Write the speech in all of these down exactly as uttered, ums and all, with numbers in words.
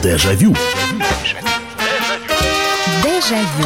Дежавю. Дежавю.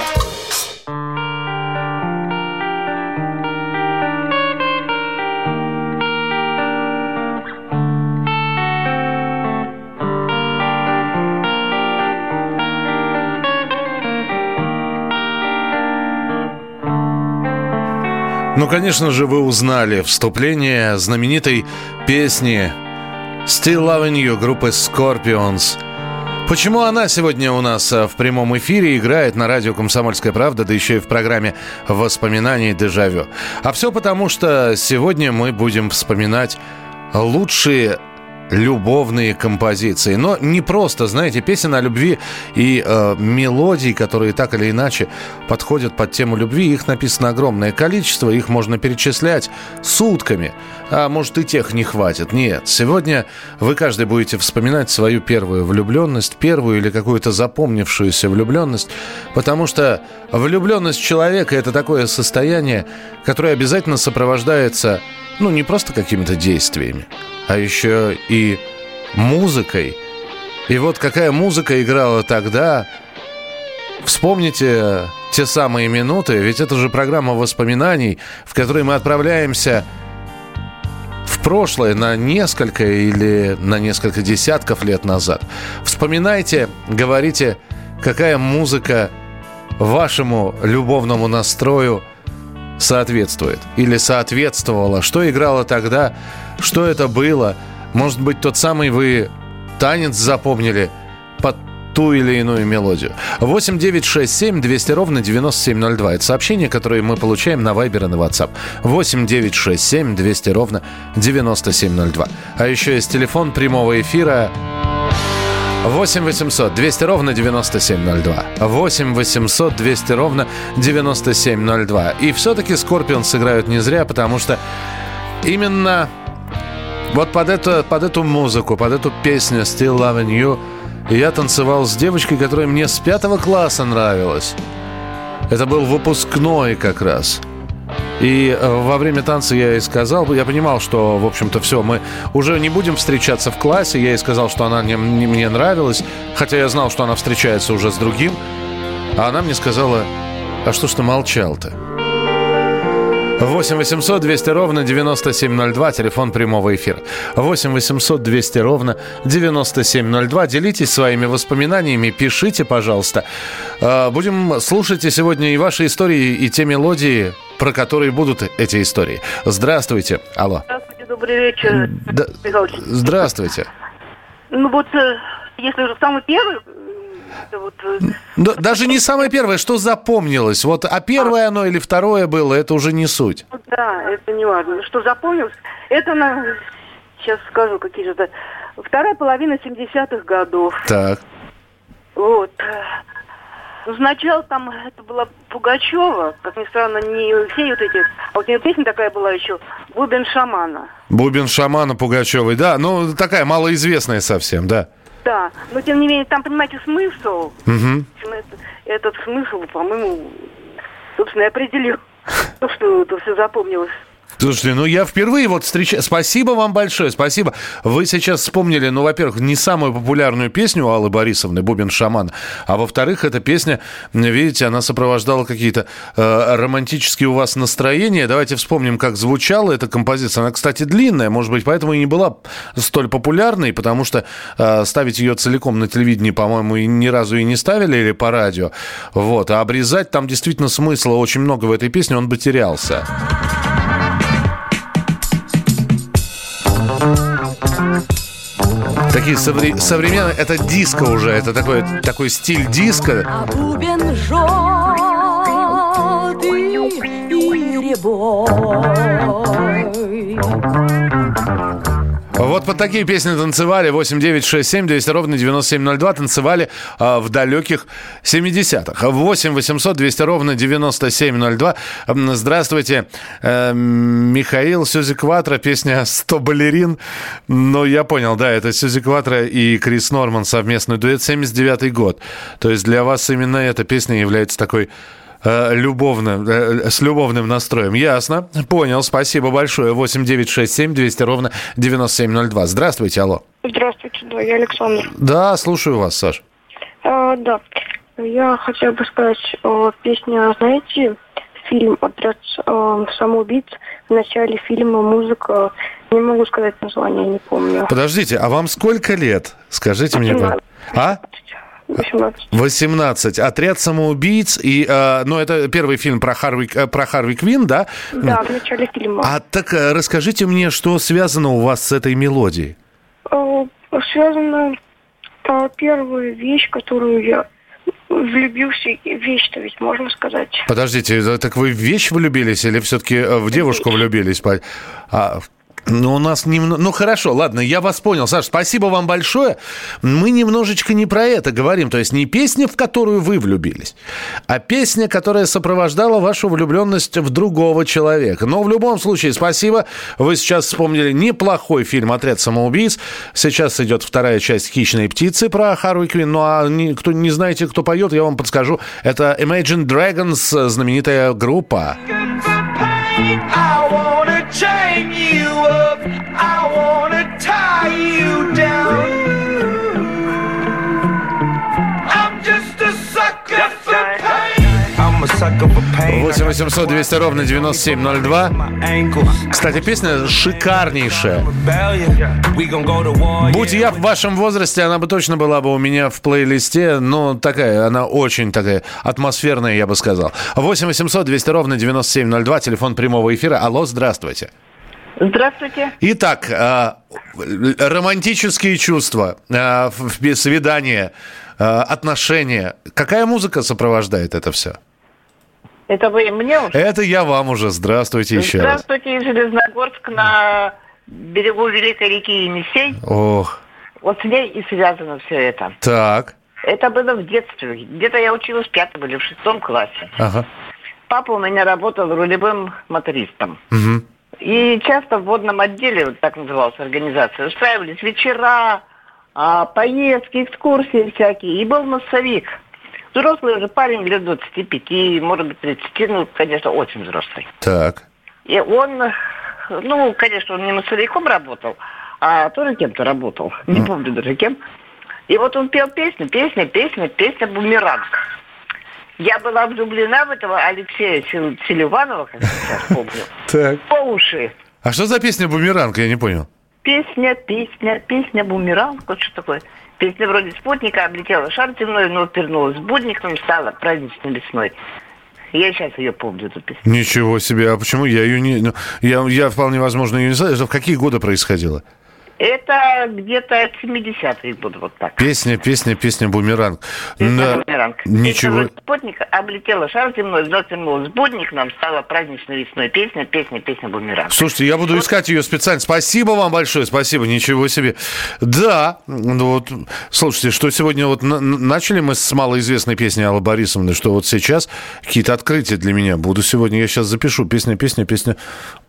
Ну, конечно же, вы узнали вступление знаменитой песни «Still Loving You» группы Scorpions. Почему она сегодня у нас в прямом эфире играет на радио «Комсомольская правда», да еще и в программе «Воспоминаний Дежавю»? А все потому, что сегодня мы будем вспоминать лучшие любовные композиции. Но не просто, знаете, песен о любви и э, мелодий, которые так или иначе подходят под тему любви. Их написано огромное количество, их можно перечислять сутками. А может, и тех не хватит. Нет, сегодня вы каждый будете вспоминать свою первую влюбленность, первую или какую-то запомнившуюся влюбленность, потому что влюбленность человека – это такое состояние, которое обязательно сопровождается, ну, не просто какими-то действиями, а еще и музыкой. И вот какая музыка играла тогда. Вспомните те самые минуты, ведь это же программа воспоминаний, в которой мы отправляемся в прошлое на несколько или на несколько десятков лет назад. Вспоминайте, говорите, какая музыка вашему любовному настрою соответствует или соответствовала, что играло тогда, что это было. Может быть, тот самый вы танец запомнили под ту или иную мелодию. восемь девятьсот шестьдесят семь двести ровно девяносто семь ноль два. Это сообщение, которое мы получаем на Viber и на WhatsApp. восемь девятьсот шестьдесят семь двести ровно девяносто семь ноль два. А еще есть телефон прямого эфира восемь восемьсот двести ровно девяносто семь ноль два. восемь восемьсот двести ровно девяносто семь ноль два. И все-таки Scorpions сыграют не зря, потому что именно вот под, это, под эту музыку, под эту песню «Still Loving You» я танцевал с девочкой, которая мне с пятого класса нравилась. Это был выпускной как раз. И во время танца я ей сказал, я понимал, что, в общем-то, все, мы уже не будем встречаться в классе. Я ей сказал, что она не, не, мне нравилась, хотя я знал, что она встречается уже с другим. А она мне сказала: а что ж ты молчал-то? восемь восемьсот двести ровно девяносто семь ноль два, телефон прямого эфира. восемь восемьсот двести ровно девяносто семь ноль два. Делитесь своими воспоминаниями, пишите, пожалуйста. Будем слушать и сегодня и ваши истории, и те мелодии, про которые будут эти истории. Здравствуйте. Алло. Здравствуйте, добрый вечер, да. Михаил. Здравствуйте. Ну вот, если уже самый первый... Вот... Да, даже не самое первое, что запомнилось. Вот, а первое оно или второе было, это уже не суть. Да, это не важно. Что запомнилось, это на... Сейчас скажу, какие же это... Вторая половина семидесятых годов. Так. Вот. Ну, сначала там это была Пугачева, как ни странно, не все вот эти... А вот у нее песня такая была еще, «Бубен шамана». «Бубен шамана» Пугачевой, да. Ну, такая малоизвестная совсем, да. Да, но тем не менее, там, понимаете, смысл. Угу. Этот, этот смысл, по-моему, собственно, и определил то, что это все запомнилось. Слушайте, ну я впервые вот встречаю... Спасибо вам большое, спасибо. Вы сейчас вспомнили, ну, во-первых, не самую популярную песню Аллы Борисовны «Бубен шаман», а во-вторых, эта песня, видите, она сопровождала какие-то э, романтические у вас настроения. Давайте вспомним, как звучала эта композиция. Она, кстати, длинная, может быть, поэтому и не была столь популярной, потому что э, ставить ее целиком на телевидении, по-моему, и ни разу и не ставили, или по радио. Вот. А обрезать там действительно смысла очень много в этой песне, он бы терялся. Такие совре- современные, это диско уже, это такой, такой стиль диско. А бубен желтый и рябой. Вот под такие песни танцевали. Восемь девятьсот шестьдесят семь двести ровно девяносто семь ноль два. Танцевали а, в далеких семидесятых. восемь восемьсот двести ровно девяносто семь ноль два. Здравствуйте, э, Михаил. Сюзи Кватро, песня «сто балерин». Ну, я понял, да, это Сюзи Кватро и Крис Норман, совместный дуэт, семьдесят девятый год. То есть для вас именно эта песня является такой... Любовно, с любовным настроем. Ясно. Понял. Спасибо большое. восемь девятьсот шестьдесят семь двести ровно девяносто семь ноль два. Здравствуйте. Алло. Здравствуйте, да, я Александр. Да, слушаю вас, Саш. А, да, я хотела бы сказать, э, песня, знаете, фильм «Отряд э, самоубийц». В начале фильма музыка, не могу сказать название, не помню. Подождите, а вам сколько лет? Скажите мне. А? восемнадцать. восемнадцать. «Отряд самоубийц». И, э, ну, это первый фильм про Харви, э, про Харви Квинн, да? Да, в начале фильма. А так э, расскажите мне, что связано у вас с этой мелодией? Э, связана э, первая вещь, которую я влюбился. Вещь-то ведь можно сказать. Подождите, так вы в вещь влюбились или все-таки в девушку влюбились? А, ну, у нас немного... Ну, хорошо, ладно, я вас понял. Саш, спасибо вам большое. Мы немножечко не про это говорим. То есть не песня, в которую вы влюбились, а песня, которая сопровождала вашу влюбленность в другого человека. Но в любом случае, спасибо. Вы сейчас вспомнили неплохой фильм «Отряд самоубийц». Сейчас идет вторая часть «Хищные птицы» про Харви Квинн. Ну, а не, кто не знаете, кто поет, я вам подскажу. Это Imagine Dragons, знаменитая группа. I wanna chain you up, I wanna tie you down. I'm just a sucker for pain. I'm a sucker for pain. восемь восемьсот двести ровно девяносто семь ноль два. Кстати, песня шикарнейшая. Будь я в вашем возрасте, она бы точно была бы у меня в плейлисте. Но такая, она очень такая атмосферная, я бы сказал. восемь восемьсот двести ровно девяносто семь ноль два. Телефон прямого эфира. Алло, здравствуйте. Здравствуйте. Итак, романтические чувства, свидания, отношения. Какая музыка сопровождает это все? Это вы мне уже? Это я вам уже. Здравствуйте еще раз. Здравствуйте, Железногорск на берегу Великой реки Енисей. Ох. Вот с ней и связано все это. Так. Это было в детстве. Где-то я училась в пятом или в шестом классе. Ага. Папа у меня работал рулевым мотористом. Угу. И часто в водном отделе, вот так называлась организация, устраивались вечера, поездки, экскурсии всякие. И был массовик. Взрослый уже парень лет двадцати пяти, может быть, тридцати, ну, конечно, очень взрослый. Так. И он, ну, конечно, он не массовиком работал, а тоже кем-то работал. Не mm. помню даже кем. И вот он пел песню, песня, песня, песня «Бумеранг». Я была влюблена в этого Алексея Сил- Селиванова, как я сейчас помню, Так. по уши. А что за песня «Бумеранг»? Я не понял. Песня, песня, песня «Бумеранг». Вот что такое. Песня вроде спутника облетела шар земной, но вернулась будником, стала праздничной весной. Я сейчас ее помню, эту песню. Ничего себе. А почему я ее не... Ну, я, я вполне возможно ее не знаю. Это в какие годы происходило? Это где-то семидесятые годы, вот так. Песня, песня, песня «Бумеранг». Песня Да. «Бумеранг». Ничего. Песня спутника облетела шар земной, вновь вернулась будник, нам стала праздничной весной. Песня, песня, песня «Бумеранг». Слушайте, я буду искать ее специально. Спасибо вам большое, спасибо, ничего себе. Да, ну вот, слушайте, что сегодня вот на- начали мы с малоизвестной песни Аллы Борисовны, что вот сейчас какие-то открытия для меня. Буду сегодня, я сейчас запишу. Песня, песня, песня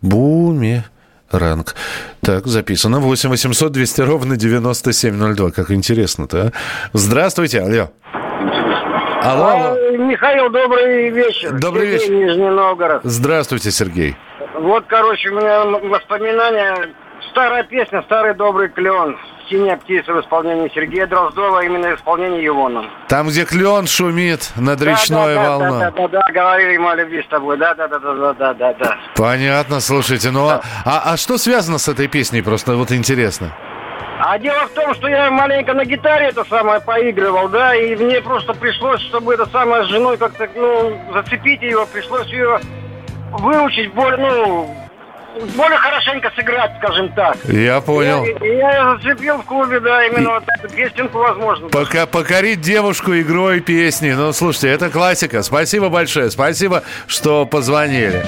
«Бумеранг». Так, записано. восемь восемьсот двести ровно девяносто семь ноль два. Как интересно-то, а? Здравствуйте, алло. Алло, алло. Михаил, добрый вечер. Добрый Сергей, вечер. Нижний Новгород. Здравствуйте, Сергей. Вот, короче, у меня воспоминания. Старая песня «Старый добрый клен». «Синяя птица» в исполнении Сергея Дроздова, именно в исполнении Ивона. Там, где клен шумит над речной да, да, волной. Да, да, да, да, говорили мы о любви с тобой. Да, да, да, да, да, да, да, да. Понятно, слушайте. Ну, а, а, а что связано с этой песней? Просто вот интересно. А дело в том, что я маленько на гитаре это самое поигрывал, да, и мне просто пришлось, чтобы это самое с женой как-то, ну, зацепить ее, пришлось ее выучить более, ну, более хорошенько сыграть, скажем так. Я понял. Я, я ее зацепил в клубе, да, именно и... вот эту песенку, возможно. Пока покорить девушку игрой песни. Ну, слушайте, это классика. Спасибо большое. Спасибо, что позвонили.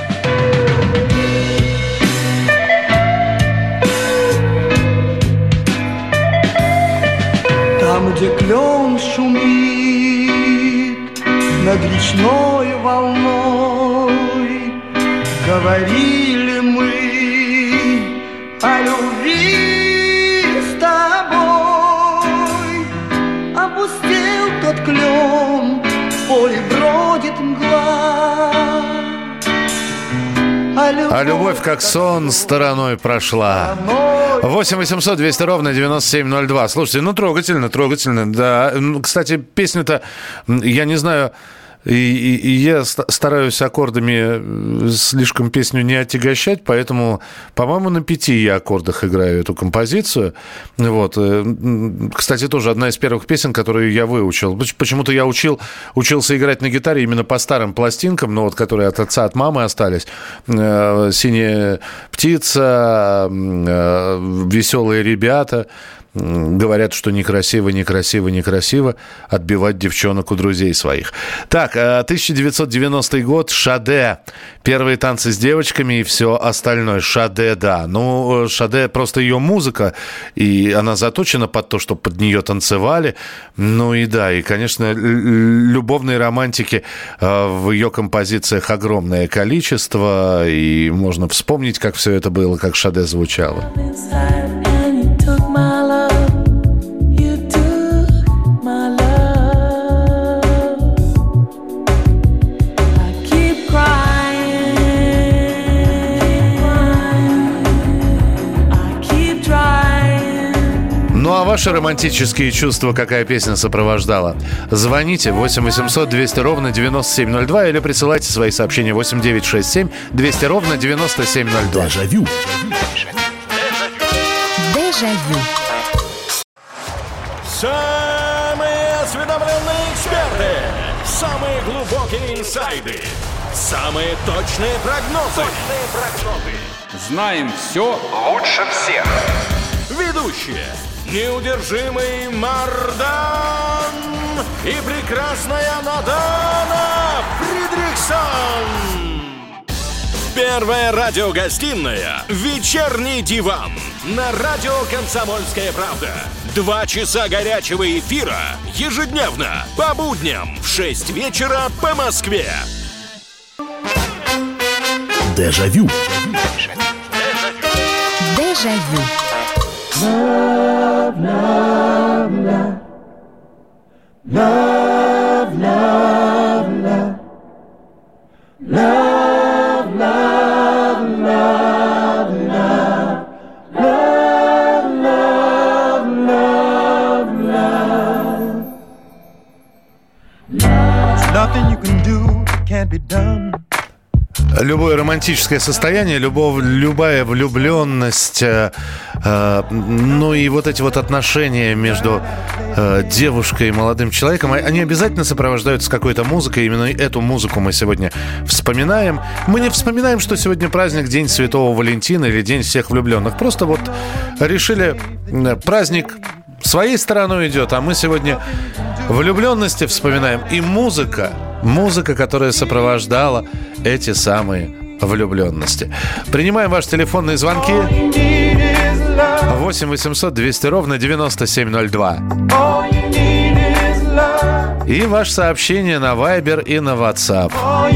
Там, где клен шумит над речной волной, говорили мы о любви с тобой. Опустел тот клен, в поле бродит мгла, а А любовь как сон стороной прошла. восемь восемьсот двести ровно девяносто семь ноль два. Слушайте, ну трогательно, трогательно, да. Кстати, песню-то, я не знаю... И, и, и я стараюсь аккордами слишком песню не отягощать, поэтому, по-моему, на пяти я аккордах играю эту композицию. Вот. Кстати, тоже одна из первых песен, которую я выучил. Почему-то я учил, учился играть на гитаре именно по старым пластинкам, ну, вот, которые от отца, от мамы остались. «Синяя птица», «Веселые ребята». Говорят, что некрасиво, некрасиво, некрасиво отбивать девчонок у друзей своих. Так, тысяча девятьсот девяностый год, Шаде. Первые танцы с девочками и все остальное. Шаде, да. Ну, Шаде просто ее музыка, и она заточена под то, чтобы под нее танцевали. Ну и да, и, конечно, любовной романтики в ее композициях огромное количество, и можно вспомнить, как все это было, как Шаде звучало. Ну а ваши романтические чувства какая песня сопровождала? Звоните восемь восемьсот двести ровно девяносто семь ноль два или присылайте свои сообщения восемь девять шесть семь двести ровно девяносто семь ноль два. Дежавю. Дежавю. Самые осведомленные эксперты, самые глубокие инсайды, самые точные прогнозы. Точные прогнозы. Знаем все лучше всех. Ведущие: неудержимый Мардан и прекрасная Надана Фридрихсон. Первая радиогостинная «Вечерний диван» на радио «Комсомольская правда». Два часа горячего эфира ежедневно по будням в шесть вечера по Москве. Дежавю. Дежавю. Love, love, love. Love, love, love. Love, love, love, love. Love, love, love, love. There's nothing you can do that can't be done. Любое романтическое состояние, любовь, любая влюбленность, э, э, ну и вот эти вот отношения между э, девушкой и молодым человеком, они обязательно сопровождаются какой-то музыкой. Именно эту музыку мы сегодня вспоминаем. Мы не вспоминаем, что сегодня праздник День Святого Валентина или День всех влюбленных. Просто вот решили, праздник своей стороной идет, а мы сегодня влюбленности вспоминаем. И музыка, музыка, которая сопровождала эти самые влюбленности. Принимаем ваши телефонные звонки. восемь восемьсот двести ровно девяносто семь ноль два. И ваше сообщение на Viber и на WhatsApp.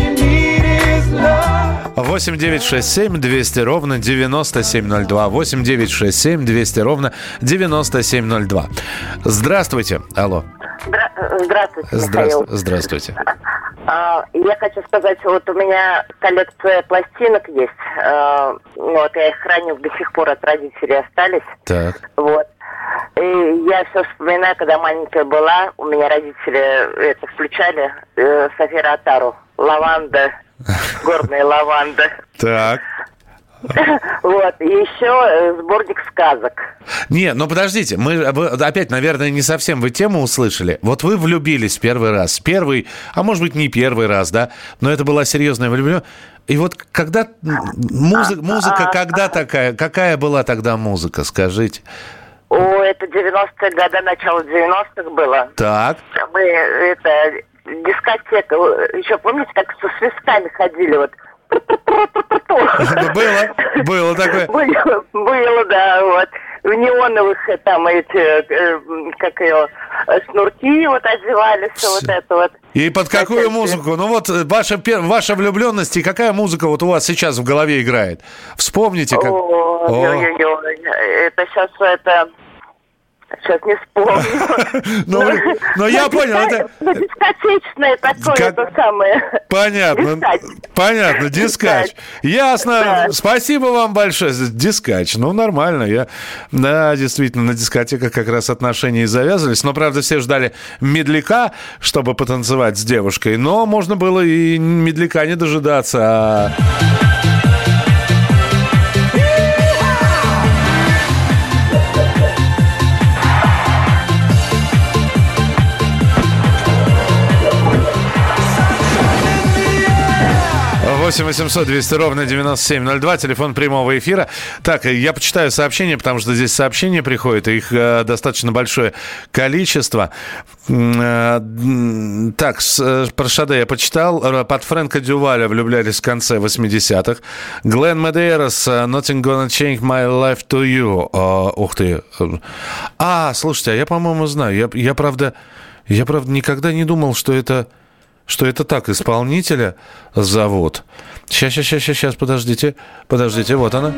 восемь девять шесть семь двести ровно девяносто семь ноль два. восемь девять шесть семь двести ровно девяносто семь ноль два. Здравствуйте. Алло. Здравствуйте, Михаил. Здравствуйте. Я хочу сказать, вот у меня коллекция пластинок есть. Вот я их храню до сих пор, от родителей остались. Так. Вот. И я все вспоминаю, когда маленькая была, у меня родители это включали, э, София Ротару, «Лаванда», «Горная лаванда». Так. Вот, и еще сборник сказок. Не, ну подождите, мы опять, наверное, не совсем вы тему услышали. Вот вы влюбились первый раз, первый, а может быть не первый раз, да, но это была серьезная влюбленность. И вот когда музыка, музыка когда такая, какая была тогда музыка, скажите? О, это девяностые годы, начало девяностых было. Так. Мы, это, дискотека, еще помните, как со свистками ходили, вот. Было, было такое. Было, было, да, вот. В неоновых там эти, как ее, шнурки вот одевались, все вот это вот. И под какую музыку? Ну вот ваша, ваша влюбленность, и какая музыка вот у вас сейчас в голове играет? Вспомните, как... О, О. это сейчас это... Сейчас не вспомню. Ну, но я понял, это... Дискотечное такое, Как- это самое. Понятно, Дискач. понятно, дискач. Ясно, Да. спасибо вам большое. Дискач, ну нормально, я, да, действительно, на дискотеках как раз отношения и завязывались, но, правда, все ждали медляка, чтобы потанцевать с девушкой, но можно было и медляка не дожидаться, а... восемь восемьсот двести ровно девяносто семь ноль два, телефон прямого эфира. Так, я почитаю сообщения, потому что здесь сообщения приходят, их э, достаточно большое количество. Э, так, с, э, про Шаде я почитал. Под Фрэнка Дюваля влюблялись в конце восьмидесятых. Глен Медейрос, Nothing Gonna Change My Life to You. Э, ух ты. А, слушайте, а я, по-моему, знаю. Я, я, правда, я, правда, никогда не думал, что это... Что это так, исполнителя зовут. Сейчас, сейчас, сейчас, сейчас, подождите. Подождите, вот она.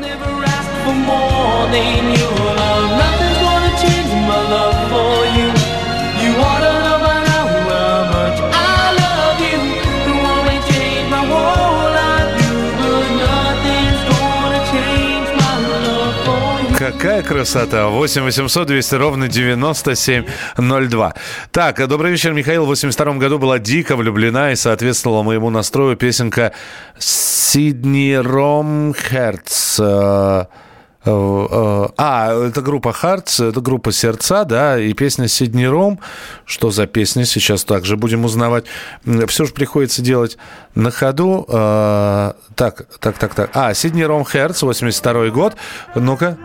Какая красота. восемь восемьсот двести ровно девяносто семь ноль два. Так, добрый вечер, Михаил. В восемьдесят втором году была дико влюблена и соответствовала моему настрою песенка Сидни Ромхерц. А, это группа Hearts, это группа Сердца, да, и песня Сидни Ром. Что за песня? Сейчас также будем узнавать. Все же приходится делать на ходу. Так, так, так, так. А, Сидни Ром Hearts, восемьдесят второй год. Ну-ка.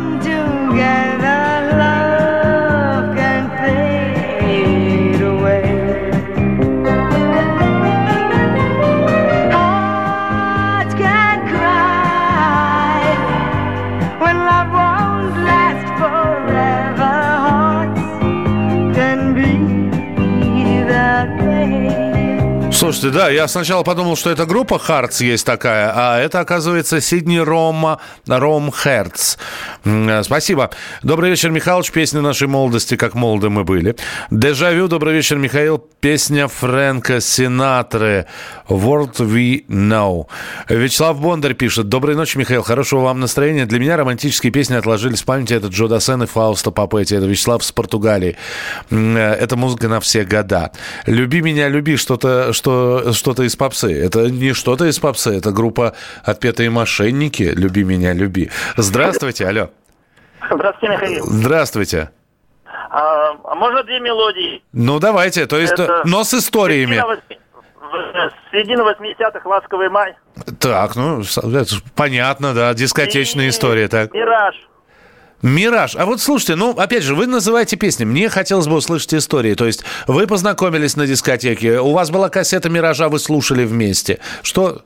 Слушайте, да, я сначала подумал, что это группа Hearts есть такая, а это, оказывается, Сидни Рома, Ром Hearts. Спасибо. Добрый вечер, Михалыч. Песня нашей молодости, как молоды мы были. Дежавю. Добрый вечер, Михаил. Песня Фрэнка Синатры World We Know. Вячеслав Бондарь пишет. Доброй ночи, Михаил. Хорошего вам настроения. Для меня романтические песни отложились в памяти. Это Джо Дассен и Фаусто Папетти. Это Вячеслав с Португалии. Это музыка на все года. «Люби меня, люби» что-то, что, что-то из попсы. Это не что-то из попсы. Это группа «Отпетые мошенники». «Люби меня, люби». Здравствуйте, алло. Здравствуйте, Михаил. Здравствуйте. А, а можно две мелодии? Ну, давайте. То есть, Это но с историями. Середина восьмидесятых, «Ласковый май». Так, ну, это понятно, да, дискотечная И история. Так. «Мираж». «Мираж». А вот слушайте, ну, опять же, вы называете песни. Мне хотелось бы услышать истории. То есть вы познакомились на дискотеке, у вас была кассета «Миража», вы слушали вместе. Что...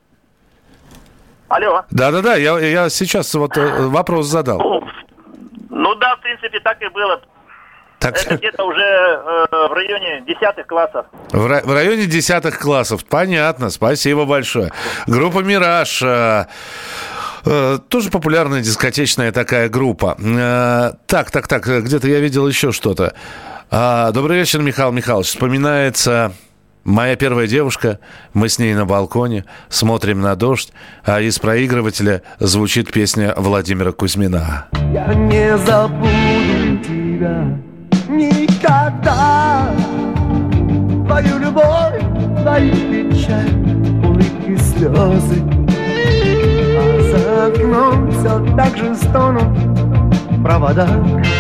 Алло. Да-да-да, я, я сейчас вот вопрос задал. Ну да, в принципе, так и было. Так... Это где-то уже э, в районе десятых классов. В, ра- в районе десятых классов. Понятно, спасибо большое. Группа «Мираж». Э, э, тоже популярная дискотечная такая группа. Э, так, так, так, где-то я видел еще что-то. Э, добрый вечер, Михаил Михайлович. Вспоминается... Моя первая девушка, мы с ней на балконе, смотрим на дождь, а из проигрывателя звучит песня Владимира Кузьмина. Я не забуду тебя никогда, твою любовь, твою печаль, улыбки, слезы. А за окном все так же стонут провода.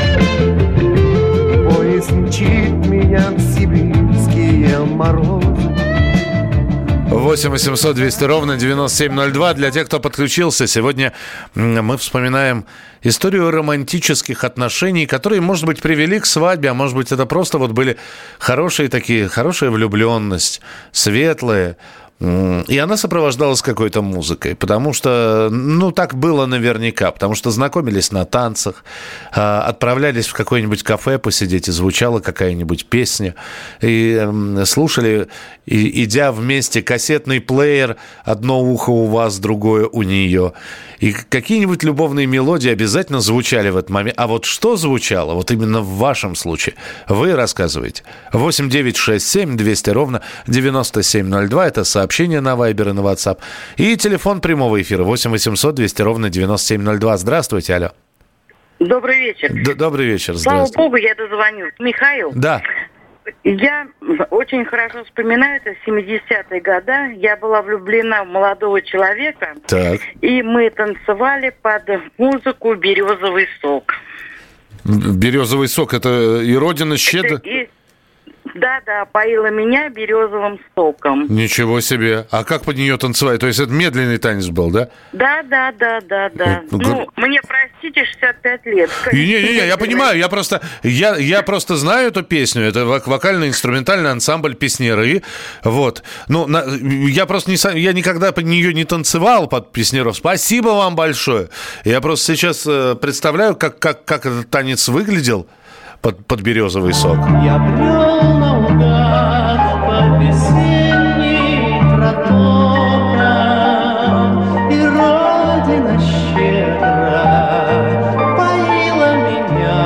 Поезд мчит меня в сибирские морозы. восемь восемьсот двести ровно девяносто семь ноль два. Для тех, кто подключился, сегодня мы вспоминаем историю романтических отношений, которые, может быть, привели к свадьбе, а может быть, это просто вот были хорошие такие, хорошая влюбленность, светлые, И она сопровождалась какой-то музыкой, потому что, ну, так было наверняка, потому что знакомились на танцах, отправлялись в какое-нибудь кафе посидеть, и звучала какая-нибудь песня, и слушали, и, идя вместе, кассетный плеер, одно ухо у вас, другое у нее, и какие-нибудь любовные мелодии обязательно звучали в этот момент. А вот что звучало, вот именно в вашем случае, вы рассказываете. восемь девятьсот шестьдесят семь двести ровно девяносто семь ноль два, это сообщение на Вайбер и на WhatsApp. И телефон прямого эфира восемь восемьсот двести ровно девяносто семь ноль два. Здравствуйте, алло. Добрый вечер. Д- добрый вечер, Слава здравствуйте. Богу, я дозвоню. Михаил? Да. Я очень хорошо вспоминаю, это семидесятые годы. Я была влюблена в молодого человека. Так. И мы танцевали под музыку «Березовый сок». Березовый сок, это и родина щедро? И... Да, да, поила меня березовым соком. Ничего себе. А как под нее танцевать? То есть это медленный танец был, да? Да, да, да, да, да. Ну, ну мне, простите, шестьдесят пять лет. Не-не-не, я понимаю, я просто, я, я просто знаю эту песню. Это вокально-инструментальный ансамбль «Песняры». Вот. Ну, на, я просто не, я никогда под нее не танцевал, под «Песняров». Спасибо вам большое. Я просто сейчас э, представляю, как, как, как этот танец выглядел под, под «Березовый сок». Я брел наугад по весенней протокам, и родина щедро поила меня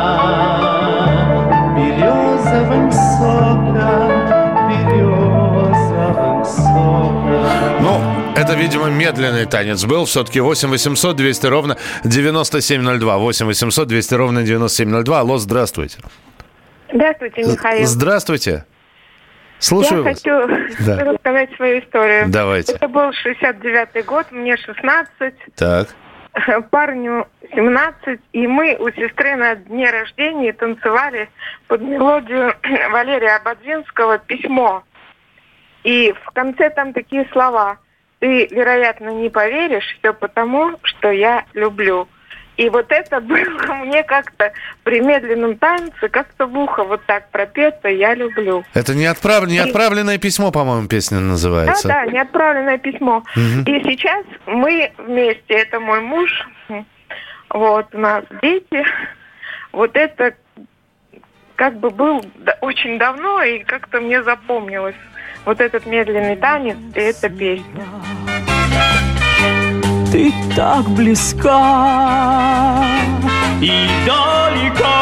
березовым соком, березовым соком. Ну, это, видимо, медленный танец был. Все-таки восемь восемьсот двести ровно девяносто семь ноль два. восемь восемьсот двести ровно девяносто семь ноль два. Алло, здравствуйте. Здравствуйте, Михаил. Здравствуйте. Слушаю Я вас. хочу Да. рассказать свою историю. Давайте. Это был шестьдесят девятый год, мне шестнадцать, Так. парню семнадцать, и мы у сестры на дне рождения танцевали под мелодию Валерия Ободзинского «Письмо». И в конце там такие слова: «Ты, вероятно, не поверишь, все потому, что я люблю». И вот это было мне как-то при медленном танце, как-то в ухо вот так пропето «Я люблю». Это не, отправ... не отправленное письмо, по-моему, песня называется. Да, да, неотправленное письмо. Мгм. И сейчас мы вместе, это мой муж, вот, у нас дети. Вот это как бы был да- очень давно, и как-то мне запомнилось вот этот медленный танец и эта песня. Ты так близка и далека,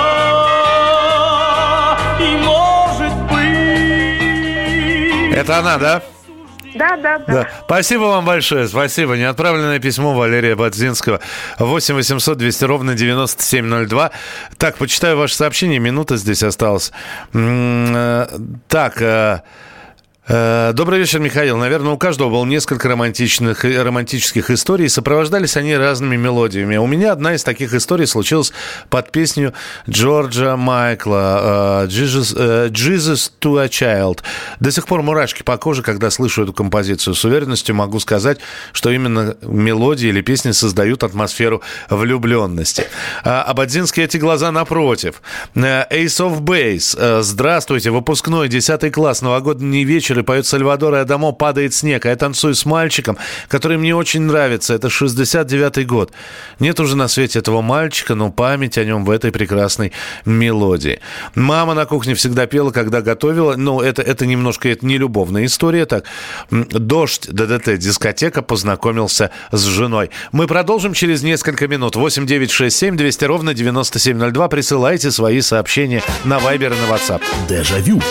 и может быть... Это она, да? Да, да, да. Да. Спасибо вам большое, спасибо. Неотправленное письмо Валерия Ободзинского. восемь восемьсот двести ровно девяносто семь ноль два. Так, почитаю ваше сообщение. Минута здесь осталась. М, э, Так, э, э, добрый вечер, Михаил. Наверное, у каждого было несколько романтичных, э, романтических историй. Сопровождались они разными мелодиями. У меня одна из таких историй случилась под песню Джорджа Майкла э, Jesus, э, Jesus to a Child. До сих пор мурашки по коже, когда слышу эту композицию. С уверенностью могу сказать, что именно мелодии или песни создают атмосферу влюбленности. А Ободзинский «Эти глаза напротив». Э, Ace of Base. Э, Здравствуйте, выпускной, десятый класс, новогодний вечер, и поет Сальвадор Адамо «Падает снег». А я танцую с мальчиком, который мне очень нравится. Это шестьдесят девятый год. Нет уже на свете этого мальчика, но память о нем в этой прекрасной мелодии. Мама на кухне всегда пела, когда готовила. Ну, это, это немножко это не любовная история. Так, «Дождь», ДДТ, дискотека, познакомился с женой. Мы продолжим через несколько минут. восемь девятьсот шестьдесят семь двести ровно девяносто семь ноль два. Присылайте свои сообщения на Вайбер и на WhatsApp. Дежавю.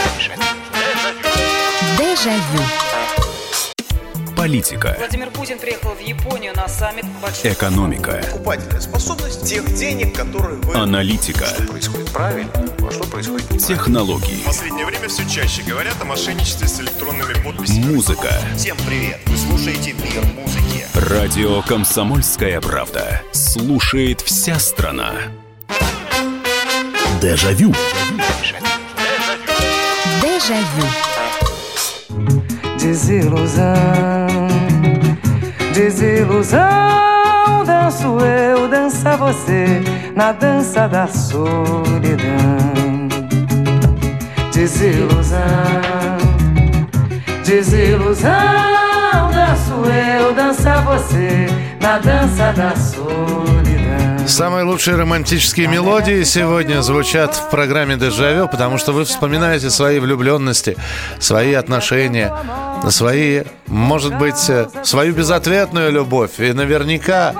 Дежавю. Политика. Владимир Путин приехал в Японию на саммит большой... Экономика. Покупательная способность тех денег, которые вы... Аналитика. Что происходит правильно, а что происходит неправильно. Технологии. В последнее время все чаще говорят о мошенничестве с электронными подписями. Музыка. Всем привет. Вы слушаете «Мир музыки». Радио «Комсомольская правда». Слушает вся страна. Дежавю. Дежавю. Desilusão, desilusão, danço eu, dança você, na dança da solidão. Desilusão, desilusão. Danço eu, dança você на dança da solidão. Самые лучшие романтические мелодии сегодня звучат в программе «Дежавю», потому что вы вспоминаете свои влюбленности, свои отношения, свои, может быть, свою безответную любовь. И наверняка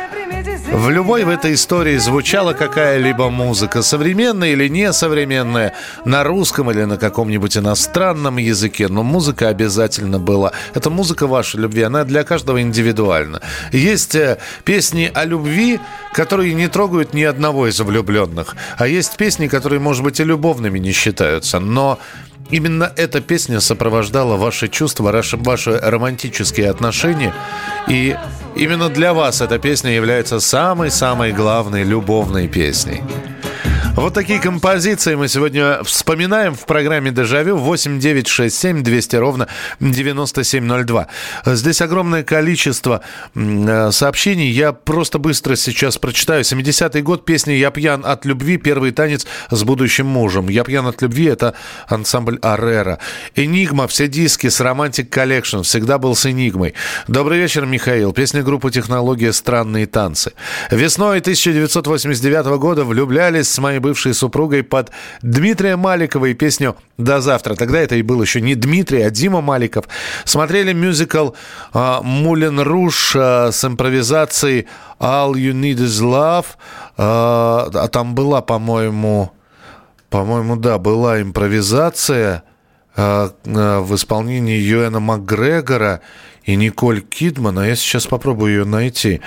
в любой в этой истории звучала какая-либо музыка, современная или несовременная, на русском или на каком-нибудь иностранном языке, но музыка обязательно была. Это музыка вашей любви, она для каждого индивидуальна. Есть песни о любви, которые не трогают ни одного из влюбленных, а есть песни, которые, может быть, и любовными не считаются, но именно эта песня сопровождала ваши чувства, ваши, ваши романтические отношения. И именно для вас эта песня является самой-самой главной любовной песней. Вот такие композиции мы сегодня вспоминаем в программе «Дежавю». восемь девятьсот шестьдесят семь двести ровно девяносто семь ноль два. Здесь огромное количество сообщений. Я просто быстро сейчас прочитаю. семидесятый год, песня «Я пьян от любви», первый танец с будущим мужем. «Я пьян от любви» — это ансамбль «Арера». «Энигма», все диски с «Романтик Коллекшн». Всегда был с «Энигмой». Добрый вечер, Михаил. Песня группы «Технология. Странные танцы». Весной тысяча девятьсот восемьдесят девятого года влюблялись с моей бывшей супругой под Дмитрия Маликова и песню «До завтра». Тогда это и был еще не Дмитрий, а Дима Маликов. Смотрели мюзикл э, «Мулен Руж» э, с импровизацией «All You Need Is Love». Э, а там была, по-моему, по-моему, да, была импровизация э, э, в исполнении Юэна Макгрегора и Николь Кидман. А я сейчас попробую ее найти.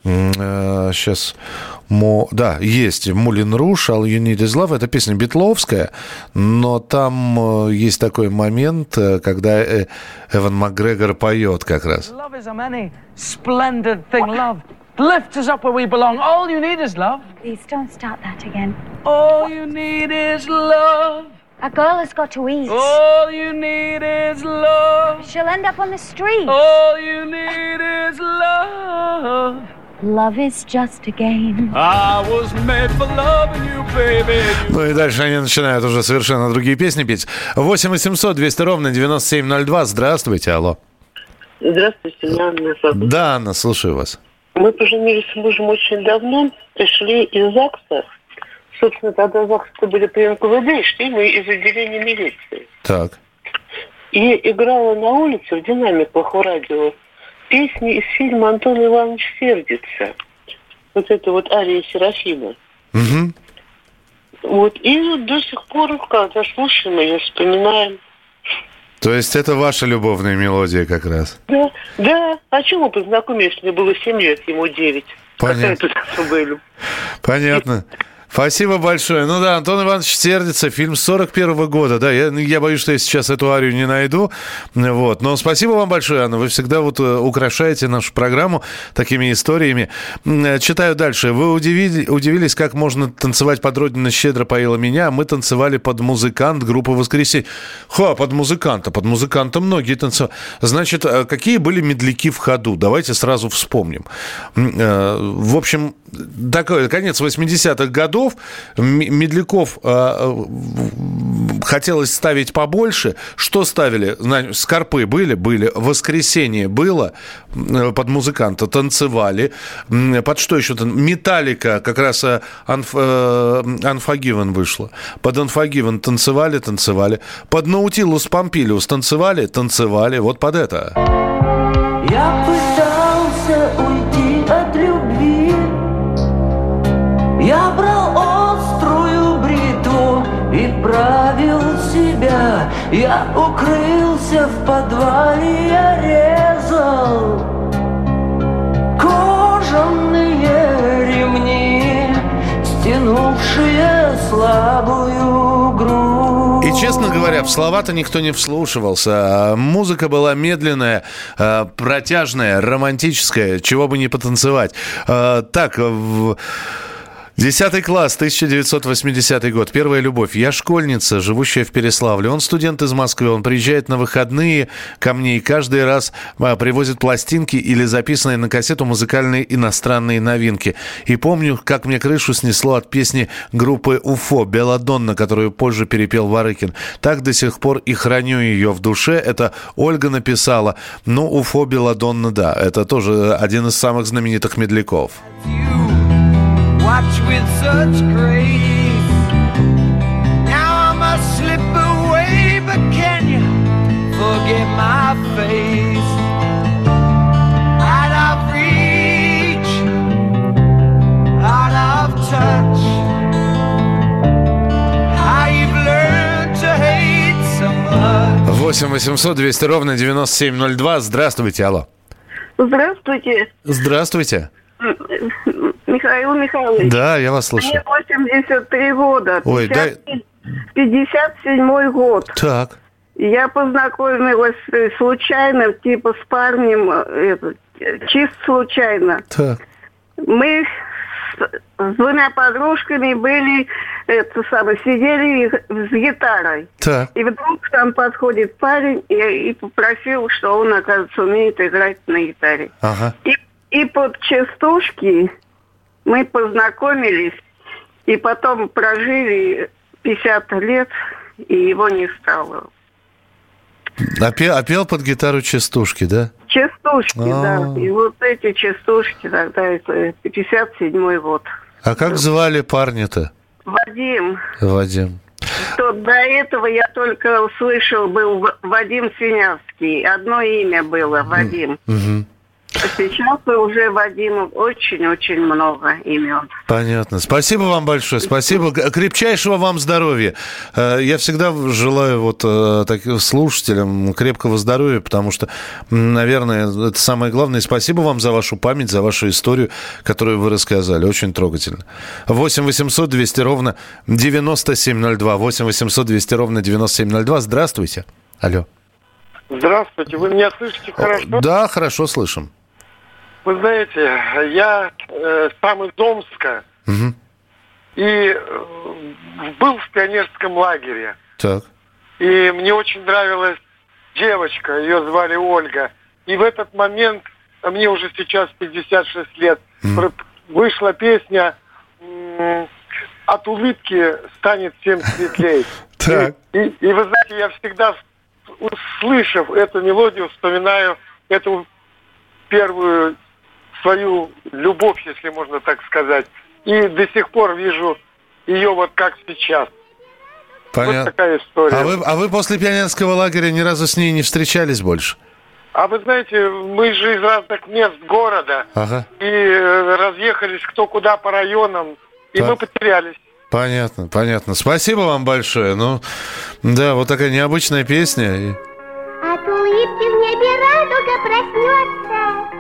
Э, сейчас... Мо... Да, есть «Мулен Руж», «All You Need Is Love». Это песня битловская, но там э, есть такой момент, э, когда э, Эван Макгрегор поет как раз. Love is a many splendid thing, love. Lift us up where we belong. All you need is love. Please don't start that again. All you need is love. A girl has got to eat. All you need is love. She'll end up on the street. All you need is love. Love is just a game. I was made for loving you, baby. Ну и дальше они начинают уже совершенно другие песни петь. восемь восемьсот двести ровно девяносто семь ноль два. Здравствуйте, алло. Здравствуйте, меня Анна зовут. Да, Анна, слушаю вас. Мы поженились с мужем очень давно, пришли из ЗАГСа. Собственно, тогда ЗАГС-то были при эн ка вэ дэ, и шли мы из отделения милиции. Так. И играла на улице в динамиках у радио песни из фильма «Антон Иванович сердится». Вот это вот ария Серафима. Угу. Вот. И вот до сих пор, когда слушаем ее, вспоминаем. То есть это ваша любовная мелодия как раз? Да, да. А чем мы познакомились? Мне было семь лет, ему девять. Понятно. Какая тут особая любовь. Понятно. Спасибо большое. Ну да, Антон Иванович сердится, фильм сорок первого года. Да, я, я боюсь, что я сейчас эту арию не найду. Вот. Но спасибо вам большое, Анна. Вы всегда вот украшаете нашу программу такими историями. Читаю дальше. Вы удивили, удивились, как можно танцевать под «Родина щедро поила меня». Мы танцевали под «Музыкант» группы «Воскресенье». Ха, под «Музыканта». Под «Музыканта» многие танцевали. Значит, какие были медляки в ходу? Давайте сразу вспомним. В общем, такой конец восьмидесятых годов. Медляков э, хотелось ставить побольше. Что ставили? Скорпы были? Были. «Воскресенье» было. Под «Музыканта» танцевали. Под что еще? «Металлика», как раз Unf- Unforgiven вышла. Под Unforgiven танцевали, танцевали. Под «Наутилус Помпилиус» танцевали, танцевали. Вот под это. Я пытался уйти от любви. Я брал острую бритву и правил себя. Я укрылся в подвале, я резал кожаные ремни, стянувшие слабую грудь. И, честно говоря, в слова-то никто не вслушивался. Музыка была медленная, протяжная, романтическая, чего бы не потанцевать. Так... Десятый класс, тысяча девятьсот восьмидесятый год. Первая любовь. Я школьница, живущая в Переславле. Он студент из Москвы. Он приезжает на выходные ко мне и каждый раз а, привозит пластинки или записанные на кассету музыкальные иностранные новинки. И помню, как мне крышу снесло от песни группы «Уфо» «Белладонна», которую позже перепел Варыкин. Так до сих пор и храню ее в душе. Это Ольга написала. Ну, «Уфо», «Белладонна», да. Это тоже один из самых знаменитых медляков. Watch with such grace. Now I must slip away, but can you forget my face? Out of reach, out of touch. How you've learned to hate so much. восемь восемьсот двести ровно девяносто семь ноль два. Здравствуйте, алло. Здравствуйте. Здравствуйте. Михаил Михайлович. Да, я вас слышу. Мне восемьдесят три года. Ой, пятьдесят, пятьдесят седьмой год. Так. Я познакомилась случайно, типа с парнем, это, чисто случайно. Так. Мы с, с двумя подружками были, это самое, сидели с гитарой. Так. И вдруг там подходит парень и, и попросил, что он, оказывается, умеет играть на гитаре. Ага. И, и под частушки мы познакомились, и потом прожили пятьдесят лет, и его не стало. А пел, а пел под гитару частушки, да? Частушки, А-а-а. да. И вот эти частушки, тогда это пятьдесят седьмой год. А как звали парня-то? Вадим. Вадим. То до этого я только услышал, был Вадим Свинявский. Одно имя было, Вадим. Угу. Сейчас уже Вадиму очень-очень много имен. Понятно. Спасибо вам большое. Спасибо. Крепчайшего вам здоровья. Я всегда желаю вот таким слушателям крепкого здоровья, потому что, наверное, это самое главное. Спасибо вам за вашу память, за вашу историю, которую вы рассказали. Очень трогательно. восемь восемьсот двести ровно девяносто семь ноль два. восемь восемьсот двести ровно девяносто семь ноль два. Здравствуйте. Алло. Здравствуйте. Вы меня слышите хорошо? Да, хорошо слышим. Вы знаете, я э, сам из Омска Угу. и э, был в пионерском лагере. Так. И мне очень нравилась девочка, ее звали Ольга. И в этот момент, а мне уже сейчас пятьдесят шесть лет, Угу. вышла песня м- «От улыбки станет всем светлей». Так. И, и, и вы знаете, я всегда, услышав эту мелодию, вспоминаю эту первую свою любовь, если можно так сказать. И до сих пор вижу ее вот как сейчас. Понятно. Вот такая история. А вы, а вы после пионерского лагеря ни разу с ней не встречались больше? А вы знаете, мы же из разных мест города. Ага. И э, разъехались кто куда по районам. И Так. мы потерялись. Понятно, понятно. Спасибо вам большое. Ну, да, вот такая необычная песня. И... От улыбки в небе радуга проснется.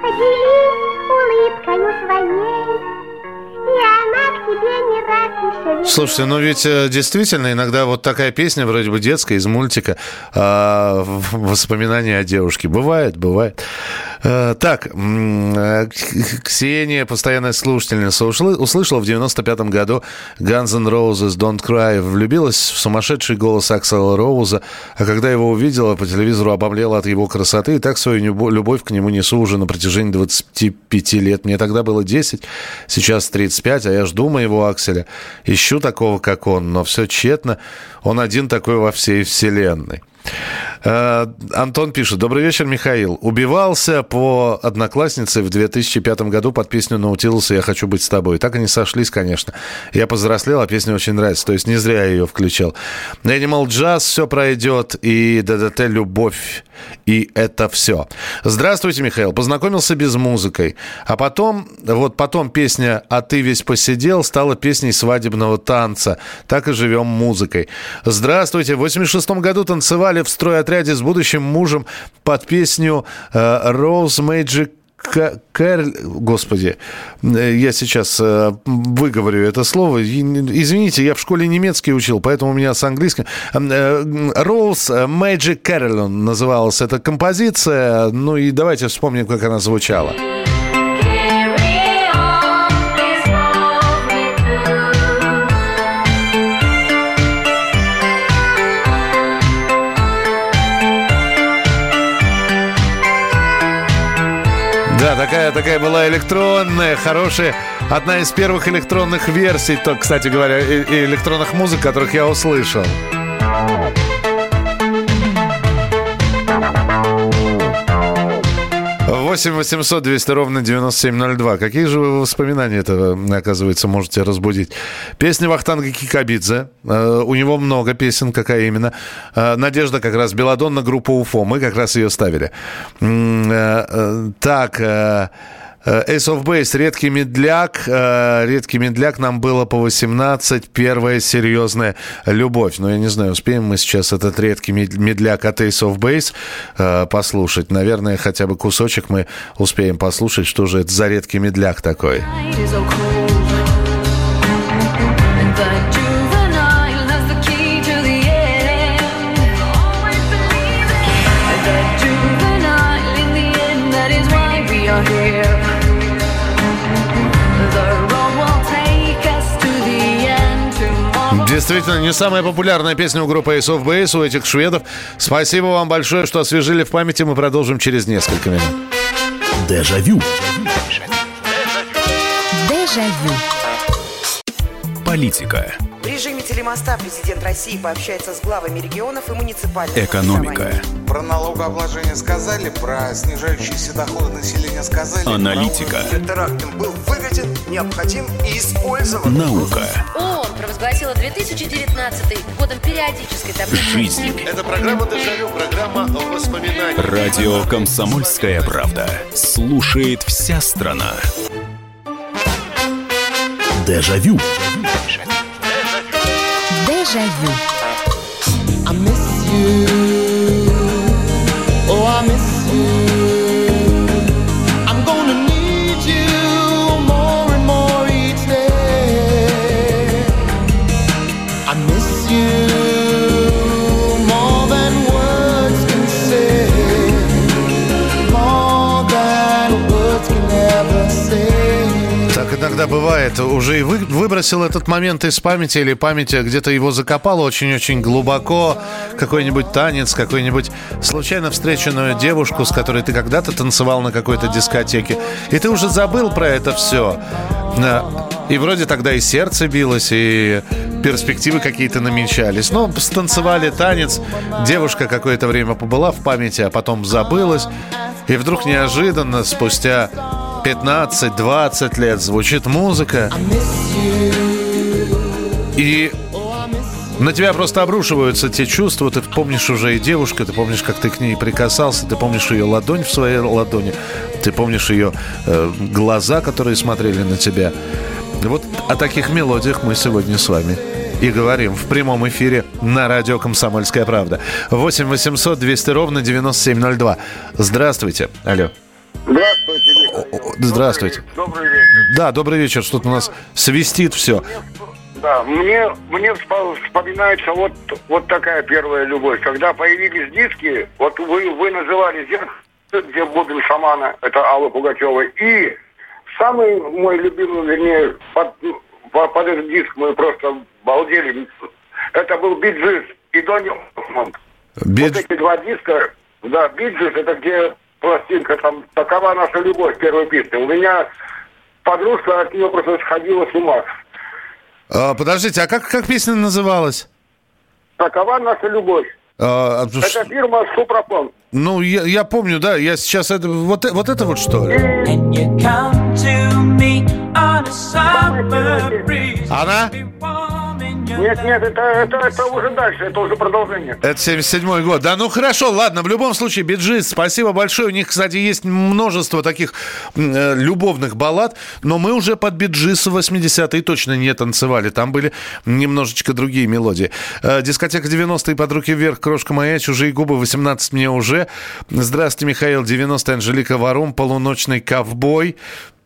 Поделись улыбкою своей, и она к тебе не раз еще вернется. Слушайте, ну ведь э, действительно иногда вот такая песня, вроде бы детская, из мультика, э, воспоминания о девушке. Бывает, бывает. Э, так, м- э, Ксения, постоянная слушательница, ушла, услышала в девяносто пятом году Guns N' Roses «Don't Cry», влюбилась в сумасшедший голос Аксела Роуза, а когда его увидела по телевизору, обомлела от его красоты, и так свою любовь к нему несу уже на протяжении двадцати пяти лет. Мне тогда было десять, сейчас тридцать пять, а я жду моего Акселя. Ищу такого, как он, но все тщетно. Он один такой во всей вселенной. Э, Антон пишет. Добрый вечер, Михаил. Убивался по однокласснице в две тысячи пятом году под песню «Наутилуса. Я хочу быть с тобой». Так они сошлись, конечно. Я повзрослел, а песня очень нравится. То есть не зря я ее включал. Animal Jazz, все пройдет. И ДДТ «Любовь». И это все. Здравствуйте, Михаил. Познакомился без музыкой. А потом, вот потом песня «А ты весь посидел» стала песней свадебного танца. Так и живем музыкой. Здравствуйте. В восемьдесят шестом году танцевали в стройотряде с будущим мужем под песню э, Rose Magic Кэр... Господи, я сейчас э, выговорю это слово. Извините, я в школе немецкий учил, поэтому у меня с английским. Rose Magic Carillon называлась эта композиция. Ну и давайте вспомним, как она звучала. такая, такая была электронная, хорошая, одна из первых электронных версий, то, кстати говоря, и, и электронных музык, которых я услышал. восемь восемьсот двести ровно девяносто семь ноль два. Какие же вы воспоминания этого, оказывается, можете разбудить? Песня Вахтанга Кикабидзе. Uh, у него много песен, какая именно. Uh, Надежда как раз, Белладонна, группа Уфо. Мы как раз ее ставили. Uh, uh, так... Uh, Ace of Base, редкий медляк. Редкий медляк, нам было по восемнадцать. Первая серьезная любовь. Но я не знаю, успеем мы сейчас этот редкий медляк от Ace of Base послушать. Наверное, хотя бы кусочек мы успеем послушать. Что же это за редкий медляк такой? Действительно, не самая популярная песня у группы Ace of Base, у этих шведов. Спасибо вам большое, что освежили в памяти. Мы продолжим через несколько минут. Дежавю. Дежавю. Политика. В режиме телемоста президент России пообщается с главами регионов и муниципальных. Экономика. Про налогообложение сказали, про снижающиеся доходы населения сказали. Аналитика. Теракт был выгоден, необходим и использован. Наука. ООН провозгласила две тысячи девятнадцатый годом периодической таблицы. Жизнь. Это программа «Дежавю», программа воспоминаний. Радио «Комсомольская правда». Слушает вся страна. Дежавю. Дежавю. I miss you. Oh, I miss you. I'm gonna need you more and more each day. I miss you more than words can say. More than words can ever say. Так иногда бывает. Уже и вы, выбросил этот момент из памяти или память где-то его закопала очень-очень глубоко. Какой-нибудь танец, какой-нибудь случайно встреченную девушку, с которой ты когда-то танцевал на какой-то дискотеке. И ты уже забыл про это все. И вроде тогда и сердце билось, и перспективы какие-то намечались. Но станцевали танец. Девушка какое-то время побыла в памяти, а потом забылась. И вдруг неожиданно, спустя пятнадцать-двадцать лет, звучит музыка, и на тебя просто обрушиваются те чувства. Ты помнишь уже и девушку, ты помнишь, как ты к ней прикасался, ты помнишь ее ладонь в своей ладони, ты помнишь ее э, глаза, которые смотрели на тебя. Вот о таких мелодиях мы сегодня с вами и говорим в прямом эфире на радио «Комсомольская правда». восемь восемьсот двести ровно девяносто семь ноль два. Здравствуйте. Алло. Здравствуйте, Михаил. Здравствуйте. Добрый вечер. Да, добрый вечер. Что-то у нас свистит все. Да, мне, мне вспоминается вот, вот такая первая любовь. Когда появились диски, вот вы, вы называли «Зеркало», где Бубен Шамана, это Алла Пугачева, и самый мой любимый, вернее, под, под этот диск мы просто балдели, это был «Бee Gees» и Донни Осмонд. Бит... Вот эти два диска, да, «Bee Gees» это где пластинка, там, «Такова наша любовь», первая песня. У меня подружка от нее просто сходила с ума. А, подождите, а как, как песня называлась? «Такова наша любовь». А, это фирма «Супрофон». Ну, я, я помню, да, я сейчас это... Вот, вот это вот что ли? Она? Нет, нет, это, это, это уже дальше, это уже продолжение. Это семьдесят седьмой год. Да, ну хорошо, ладно, в любом случае, Bee Gees, спасибо большое. У них, кстати, есть множество таких э, любовных баллад, но мы уже под Bee Gees в восьмидесятые точно не танцевали. Там были немножечко другие мелодии. Э, дискотека девяностые, «Под руки вверх», «Крошка моя», «Чужие губы», восемнадцать мне уже. Здравствуйте, Михаил, девяностые, Анжелика Варум, «Полуночный ковбой».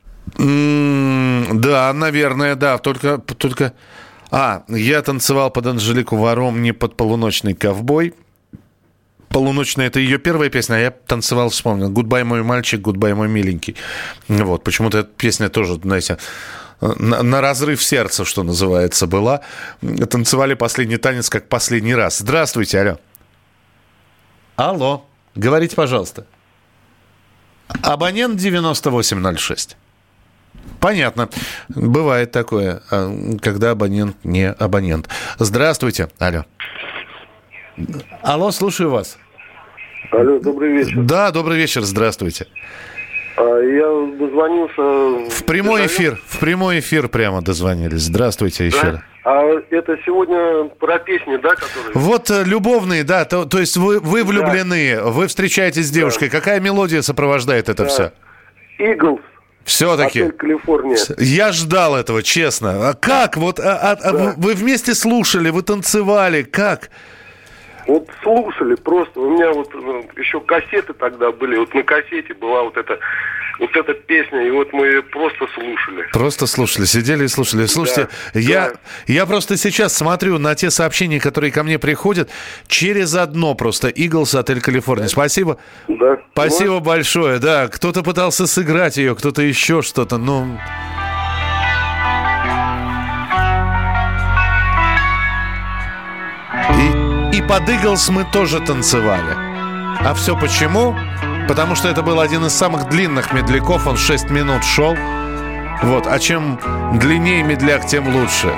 М-м, да, наверное, да, только... только... А, я танцевал под Анжелику Варум, не под «Полуночный ковбой». «Полуночная» — это ее первая песня, а я танцевал, вспомнил. «Гудбай, мой мальчик, гудбай, мой миленький». Вот, почему-то эта песня тоже, знаете, на, на разрыв сердца, что называется, была. Танцевали последний танец как последний раз. Здравствуйте, алло. Алло, говорите, пожалуйста. Абонент девяносто восемь ноль шесть. Понятно. Бывает такое, когда абонент не абонент. Здравствуйте. Алло. Алло, слушаю вас. Алло, добрый вечер. Да, добрый вечер, здравствуйте. Я дозвонился... В прямой эфир, в прямой эфир прямо дозвонились. Здравствуйте еще да? раз. А это сегодня про песни, да, которые... Вот любовные, да, то, то есть вы, вы влюблены, да. Вы встречаетесь с девушкой. Да. Какая мелодия сопровождает это да. все? Eagles. Все-таки. Отель Калифорния. Я ждал этого, честно. А как? Вот а, а, да. Вы вместе слушали, вы танцевали, как? Вот слушали просто. У меня вот ну, еще кассеты тогда были. Вот на кассете была вот эта, вот эта песня. И вот мы ее просто слушали. Просто слушали, сидели и слушали. Слушайте, да, я, да. я просто сейчас смотрю на те сообщения, которые ко мне приходят. Через одно просто. Eagles, Отель Калифорния. Да. Спасибо. Да. Спасибо ну, большое. Да, кто-то пытался сыграть ее, кто-то еще что-то. Ну... И под Eagles мы тоже танцевали. А все почему? Потому что это был один из самых длинных медляков. Он шесть минут шел. Вот. А чем длиннее медляк, тем лучше.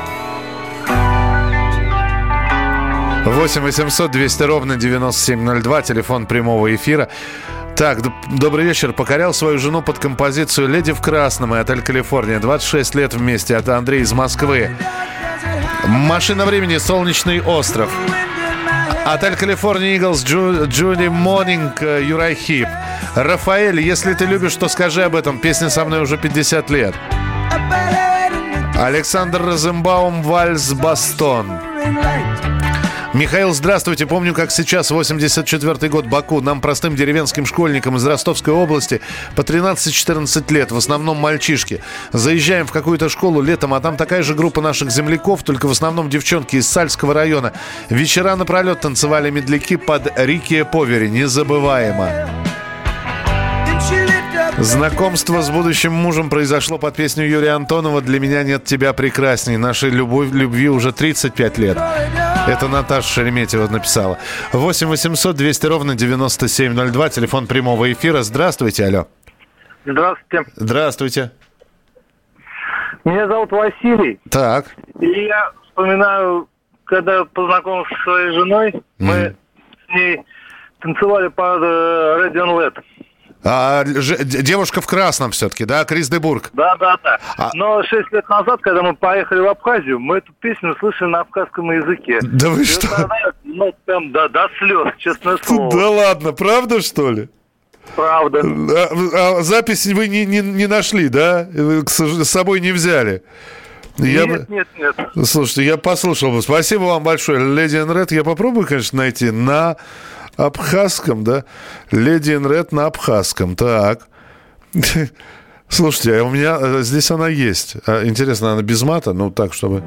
восемь восемьсот двести ровно девяносто семь ноль два. Телефон прямого эфира. Так, добрый вечер. Покорял свою жену под композицию «Леди в красном» и «Отель Калифорния». двадцать шесть лет вместе. Это Андрей из Москвы. «Машина времени», «Солнечный остров». «Отель Калифорния», Eagles, Джу, Джуди Монинг, Юрай Хип. Рафаэль, если ты любишь, то скажи об этом. Песня со мной уже пятьдесят лет. Александр Розенбаум, «Вальс Бастон». Михаил, здравствуйте. Помню, как сейчас, восемьдесят четвёртый год, Баку. Нам, простым деревенским школьникам из Ростовской области, по тринадцать-четырнадцать лет, в основном мальчишки. Заезжаем в какую-то школу летом, а там такая же группа наших земляков, только в основном девчонки из Сальского района. Вечера напролет танцевали медляки под Рики Повери. Незабываемо. Знакомство с будущим мужем произошло под песню Юрия Антонова «Для меня нет тебя прекрасней». Нашей любовь, любви уже тридцать пять лет. Это Наташа Шереметьева написала. восемь восемьсот двести ровно девяносто семь ноль два. Телефон прямого эфира. Здравствуйте, алло. Здравствуйте. Здравствуйте. Меня зовут Василий. Так. И я вспоминаю, когда познакомился со своей женой, mm. мы с ней танцевали под Red on Led. А, ж, девушка в красном все-таки, да, Крис де Бург? Да, да, да. А... Но шесть лет назад, когда мы поехали в Абхазию, мы эту песню слышали на абхазском языке. Да вы и что? Тогда, ну, прям до, до слез, честное слово. Да ладно, правда, что ли? Правда. А, а запись вы не, не, не нашли, да? Вы с собой не взяли? Я... Нет, нет, нет. Слушайте, я послушал бы. Спасибо вам большое. Lady in Red я попробую, конечно, найти на... абхазском, да? Леди ин Ред на абхазском. Так. Слушайте, а у меня здесь она есть. Интересно, она без мата? Ну, так, чтобы...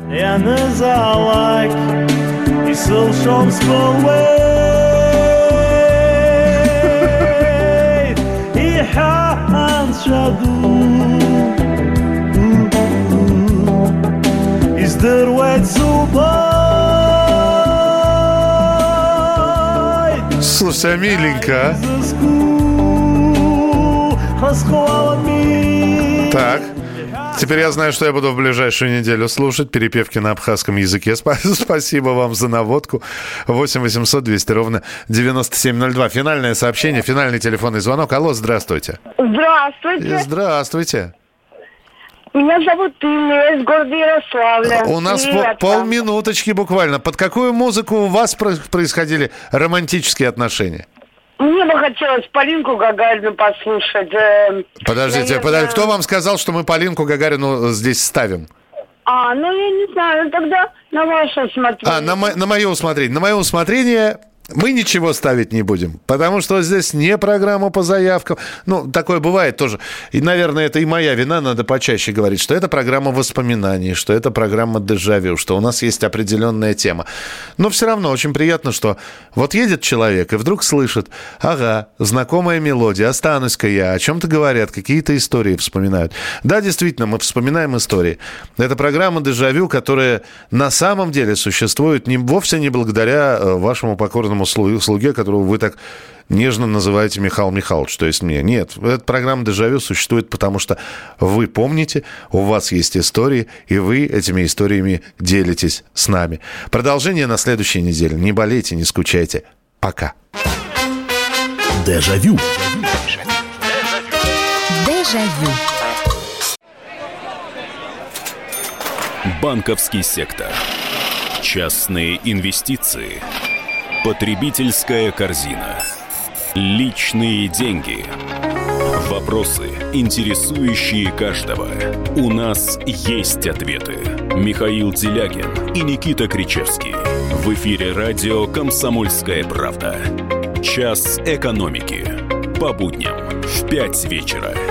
Слушайте, а миленько, а? Так. Теперь я знаю, что я буду в ближайшую неделю слушать перепевки на абхазском языке. Спасибо вам за наводку. восемь восемьсот двести ровно девяносто семь ноль два. Финальное сообщение, финальный телефонный звонок. Алло, здравствуйте. Здравствуйте. Здравствуйте. Меня зовут Инна, из города Ярославля. У нас Привет, пол, полминуточки буквально. Под какую музыку у вас происходили романтические отношения? Мне бы хотелось Полинку Гагарину послушать. Подождите, наверное... подождите, кто вам сказал, что мы Полинку Гагарину здесь ставим? А, ну я не знаю, тогда на ваше усмотрение. А, на, мо- на мое усмотрение. На мое усмотрение... Мы ничего ставить не будем, потому что здесь не программа по заявкам. Ну, такое бывает тоже. И, наверное, это и моя вина, надо почаще говорить, что это программа воспоминаний, что это программа дежавю, что у нас есть определенная тема. Но все равно очень приятно, что вот едет человек и вдруг слышит, ага, знакомая мелодия, останусь-ка я, о чем-то говорят, какие-то истории вспоминают. Да, действительно, мы вспоминаем истории. Это программа дежавю, которая на самом деле существует не, вовсе не благодаря вашему покорному слуге, которого вы так нежно называете Михаил Михайлович, то есть мне. Нет, эта программа «Дежавю» существует, потому что вы помните, у вас есть истории, и вы этими историями делитесь с нами. Продолжение на следующей неделе. Не болейте, не скучайте. Пока. Дежавю. Дежавю. Банковский сектор. Частные инвестиции. Потребительская корзина. Личные деньги. Вопросы, интересующие каждого. У нас есть ответы. Михаил Делягин и Никита Кричевский. В эфире радио «Комсомольская правда». Час экономики. По будням в пять вечера.